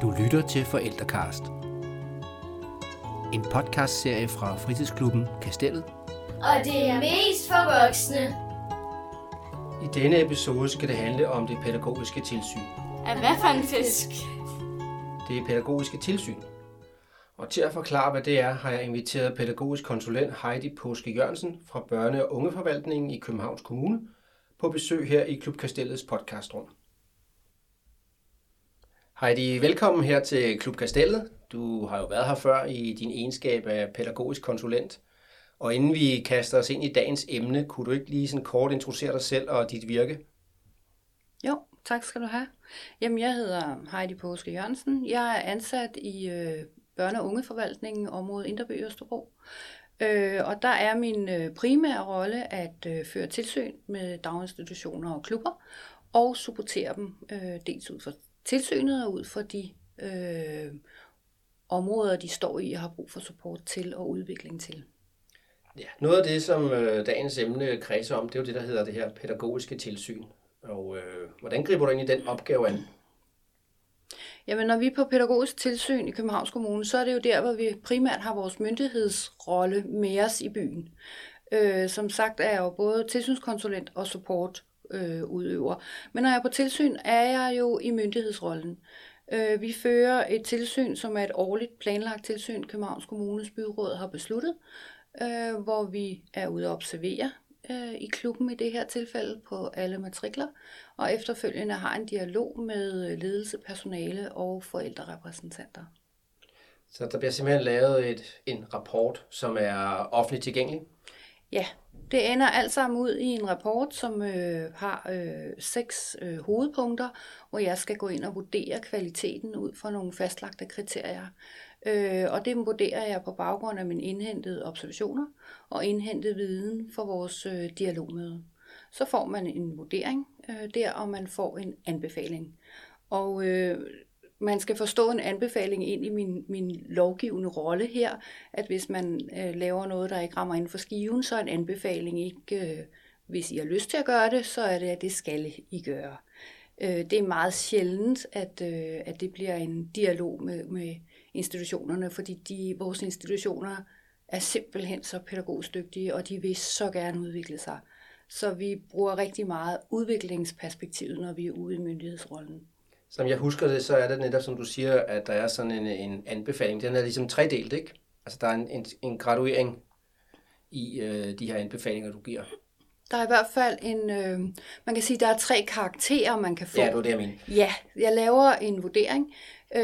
Du lytter til Forældrecast. En podcastserie fra fritidsklubben Kastellet. Og det er mest for voksne. I denne episode skal det handle om det pædagogiske tilsyn. Hvad for en fisk? Det pædagogiske tilsyn. Og til at forklare, hvad det er, har jeg inviteret pædagogisk konsulent Heidi Paaske Jørgensen fra Børne- og Ungeforvaltningen i Københavns Kommune på besøg her i Klub Kastellets podcastrum. Heidi, velkommen her til Klub Kastellet. Du har jo været her før i din egenskab af pædagogisk konsulent. Og inden vi kaster os ind i dagens emne, kunne du ikke lige sådan kort introducere dig selv og dit virke? Jo, tak skal du have. Jamen, jeg hedder Heidi Paaske Jørgensen. Jeg er ansat i Børne- og Ungeforvaltningen området Indreby Østerbro. Og der er min primære rolle at føre tilsyn med daginstitutioner og klubber og supportere dem dels ud fra tilsynet og ud fra de områder, de står i og har brug for support til og udvikling til. Ja, noget af det, som dagens emne kredser om, det er jo det, der hedder det her pædagogiske tilsyn. Og hvordan griber du ind i den opgave an? Jamen, når vi er på pædagogisk tilsyn i Københavns Kommune, så er det jo der, hvor vi primært har vores myndighedsrolle med os i byen. Som sagt er jeg jo både tilsynskonsulent og supportudøver. Men når jeg er på tilsyn, er jeg jo i myndighedsrollen. Vi fører et tilsyn, som er et årligt planlagt tilsyn, Københavns Kommunes byråd har besluttet, hvor vi er ude at observere i klubben i det her tilfælde på alle matrikler, og efterfølgende har en dialog med ledelse, personale og forældrerepræsentanter. Så der bliver simpelthen lavet en rapport, som er offentligt tilgængelig? Ja, det ender alt sammen ud i en rapport, som har 6 hovedpunkter, hvor jeg skal gå ind og vurdere kvaliteten ud fra nogle fastlagte kriterier. Og det vurderer jeg på baggrund af mine indhentede observationer og indhentede viden for vores dialogmøde. Så får man en vurdering der, og man får en anbefaling. Og man skal forstå en anbefaling ind i min lovgivende rolle her, at hvis man laver noget, der ikke rammer inden for skiven, så er en anbefaling ikke, hvis I har lyst til at gøre det, så er det, at det skal I gøre. Det er meget sjældent, at det bliver en dialog med institutionerne, fordi vores institutioner er simpelthen så pædagogisk dygtige, og de vil så gerne udvikle sig. Så vi bruger rigtig meget udviklingsperspektivet, når vi er ude i myndighedsrollen. Som jeg husker det, så er det netop, som du siger, at der er sådan en anbefaling. Den er ligesom tredelt, ikke? Altså der er en graduering i de her anbefalinger, du giver. Der er i hvert fald man kan sige, der er 3 karakterer, man kan få. Ja, det var det, jeg mener. Ja, jeg laver en vurdering,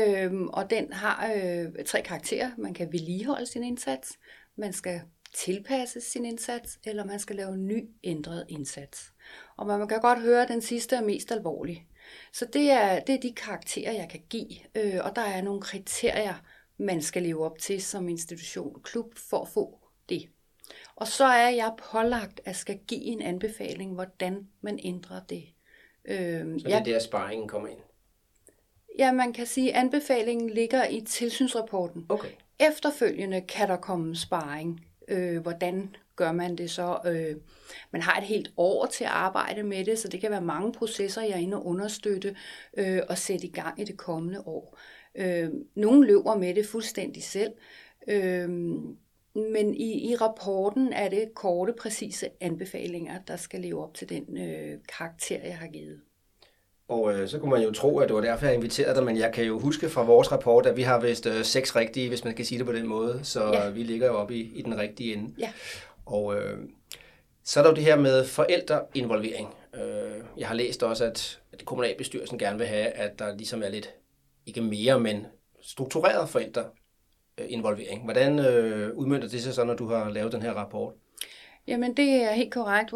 og den har 3 karakterer. Man kan vedligeholde sin indsats, man skal tilpasse sin indsats, eller man skal lave en ny, ændret indsats. Og man kan godt høre, at den sidste er mest alvorlig. Så det er de karakterer, jeg kan give, og der er nogle kriterier, man skal leve op til som institution, klub, for at få det. Og så er jeg pålagt at skal give en anbefaling, hvordan man ændrer det. Så det er der sparringen kommer ind? Ja, man kan sige, at anbefalingen ligger i tilsynsrapporten. Okay. Efterfølgende kan der komme sparring. Hvordan gør man det så? Man har et helt år til at arbejde med det, så det kan være mange processer, jeg er inde og understøtte og sætte i gang i det kommende år. Nogle løber med det fuldstændig selv, men i rapporten er det korte, præcise anbefalinger, der skal leve op til den karakter, jeg har givet. Og så kunne man jo tro, at det var derfor, jeg inviterede dig, men jeg kan jo huske fra vores rapport, at vi har vist 6 rigtige, hvis man kan sige det på den måde, så ja. Vi ligger jo oppe i den rigtige ende. Ja. Og så er der jo det her med forældreinvolvering. Jeg har læst også, at kommunalbestyrelsen gerne vil have, at der ligesom er lidt, ikke mere, men struktureret forældreinvolvering. Hvordan udmønter det sig så, når du har lavet den her rapport? Jamen det er helt korrekt.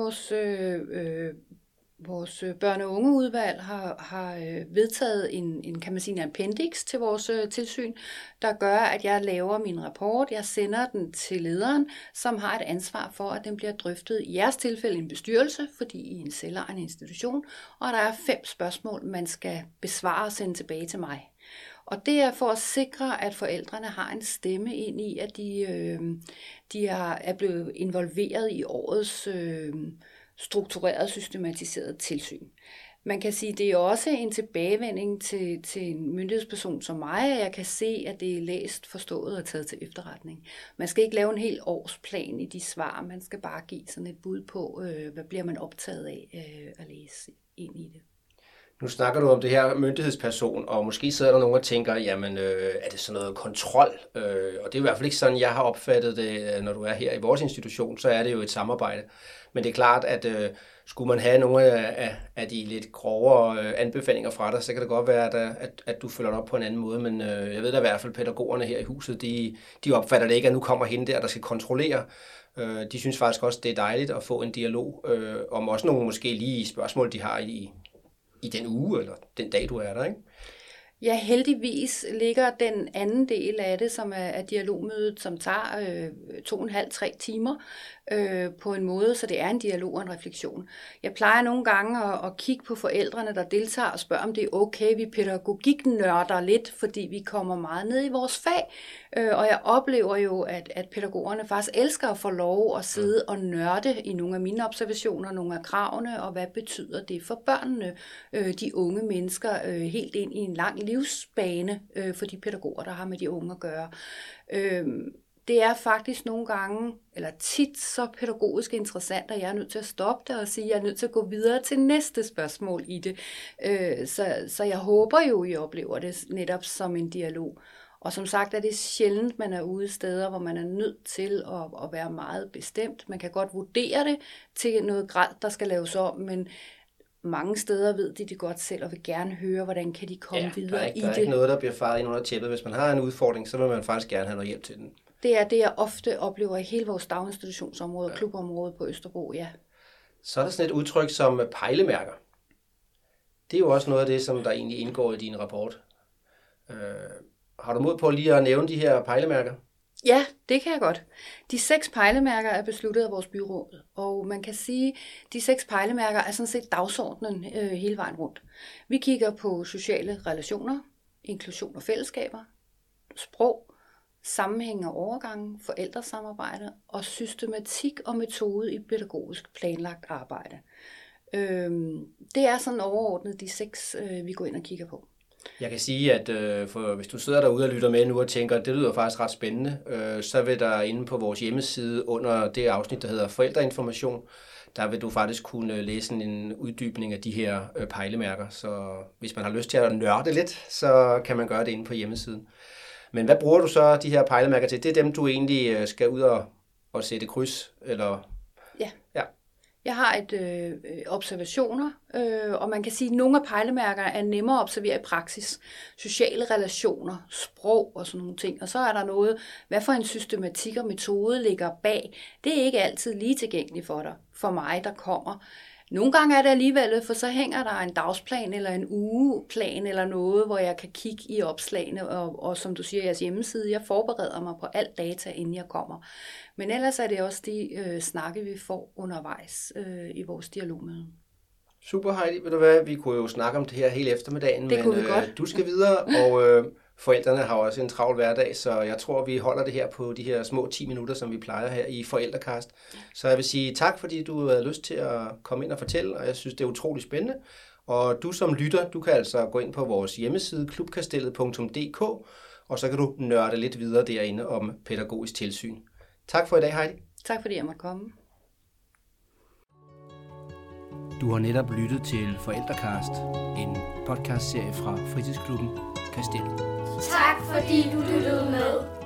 Vores børne- og ungeudvalg har vedtaget kan man sige, en appendix til vores tilsyn, der gør, at jeg laver min rapport. Jeg sender den til lederen, som har et ansvar for, at den bliver drøftet i jeres tilfælde en bestyrelse, fordi I er en selvejende institution, og der er 5 spørgsmål, man skal besvare og sende tilbage til mig. Og det er for at sikre, at forældrene har en stemme ind i, at de er blevet involveret i årets struktureret, systematiseret tilsyn. Man kan sige, at det er også en tilbagevending til en myndighedsperson som mig, at jeg kan se, at det er læst, forstået og taget til efterretning. Man skal ikke lave en hel årsplan i de svar, man skal bare give sådan et bud på, hvad bliver man optaget af at læse ind i det. Nu snakker du om det her myndighedsperson, og måske sidder der nogen og tænker, jamen er det sådan noget kontrol? Og det er i hvert fald ikke sådan, jeg har opfattet det, når du er her i vores institution, så er det jo et samarbejde. Men det er klart, at skulle man have nogle af de lidt grovere anbefalinger fra dig, så kan det godt være, at du følger op på en anden måde. Men jeg ved da i hvert fald, at pædagogerne her i huset, de opfatter det ikke, at nu kommer hende der skal kontrollere. De synes faktisk også, det er dejligt at få en dialog om også nogle måske lige spørgsmål, de har i den uge eller den dag, du er der, ikke? Ja, heldigvis ligger den anden del af det, som er dialogmødet, som tager 2,5-3 timer på en måde, så det er en dialog og en refleksion. Jeg plejer nogle gange at kigge på forældrene, der deltager og spørge, om det er okay, vi pædagogiknørder lidt, fordi vi kommer meget ned i vores fag. Og jeg oplever jo, at pædagogerne faktisk elsker at få lov at sidde og nørde i nogle af mine observationer, nogle af kravene, og hvad betyder det for børnene, de unge mennesker, helt ind i en lang livsbane for de pædagoger, der har med de unge at gøre. Det er faktisk nogle gange, eller tit så pædagogisk interessant, at jeg er nødt til at stoppe det og sige, at jeg er nødt til at gå videre til næste spørgsmål i det. Så jeg håber jo, I oplever det netop som en dialog. Og som sagt er det sjældent, man er ude steder, hvor man er nødt til at være meget bestemt. Man kan godt vurdere det til noget grad, der skal laves om, men mange steder ved de det godt selv og vil gerne høre, hvordan kan de komme videre i det. Der er ikke noget, der bliver faret ind under tæppet. Hvis man har en udfordring, så vil man faktisk gerne have noget hjælp til den. Det er det, jeg ofte oplever i hele vores daginstitutionsområde og klubområde på Østerbro, ja. Så er der sådan et udtryk som pejlemærker. Det er jo også noget af det, som der egentlig indgår i din rapport. Har du mod på lige at nævne de her pejlemærker? Ja, det kan jeg godt. De 6 pejlemærker er besluttet af vores byråd, og man kan sige, at de 6 pejlemærker er sådan set dagsordenen hele vejen rundt. Vi kigger på sociale relationer, inklusion og fællesskaber, sprog, sammenhæng og overgange, forældresamarbejde og systematik og metode i pædagogisk planlagt arbejde. Det er sådan overordnet de 6, vi går ind og kigger på. Jeg kan sige, at for hvis du sidder derude og lytter med nu og tænker, at det lyder faktisk ret spændende, så vil der inde på vores hjemmeside under det afsnit, der hedder Forældreinformation, der vil du faktisk kunne læse en uddybning af de her pejlemærker. Så hvis man har lyst til at nørde lidt, så kan man gøre det inde på hjemmesiden. Men hvad bruger du så de her pejlemærker til? Det er dem, du egentlig skal ud og sætte kryds? Eller? Ja. Jeg har observationer, og man kan sige, at nogle af pejlemærkerne er nemmere at observere i praksis. Sociale relationer, sprog og sådan nogle ting. Og så er der noget, hvad for en systematik og metode ligger bag. Det er ikke altid lige tilgængeligt for dig, for mig, der kommer. Nogle gange er det alligevel, for så hænger der en dagsplan eller en ugeplan eller noget, hvor jeg kan kigge i opslagene, og som du siger, jeres hjemmeside, jeg forbereder mig på alt data, inden jeg kommer. Men ellers er det også de snakke, vi får undervejs i vores dialogmøde. Super, Heidi. Ved du hvad, vi kunne jo snakke om det her hele eftermiddagen, det men du skal videre, og forældrene har også en travl hverdag, så jeg tror, vi holder det her på de her små 10 minutter, som vi plejer her i Forældrekast. Så jeg vil sige tak, fordi du havde lyst til at komme ind og fortælle, og jeg synes, det er utroligt spændende. Og du som lytter, du kan altså gå ind på vores hjemmeside, klubkastellet.dk, og så kan du nørde lidt videre derinde om pædagogisk tilsyn. Tak for i dag, Heidi. Tak fordi jeg måtte komme. Du har netop lyttet til Forældrekast, en podcastserie fra Fritidsklubben Kastellet. Tak fordi du lyttede med.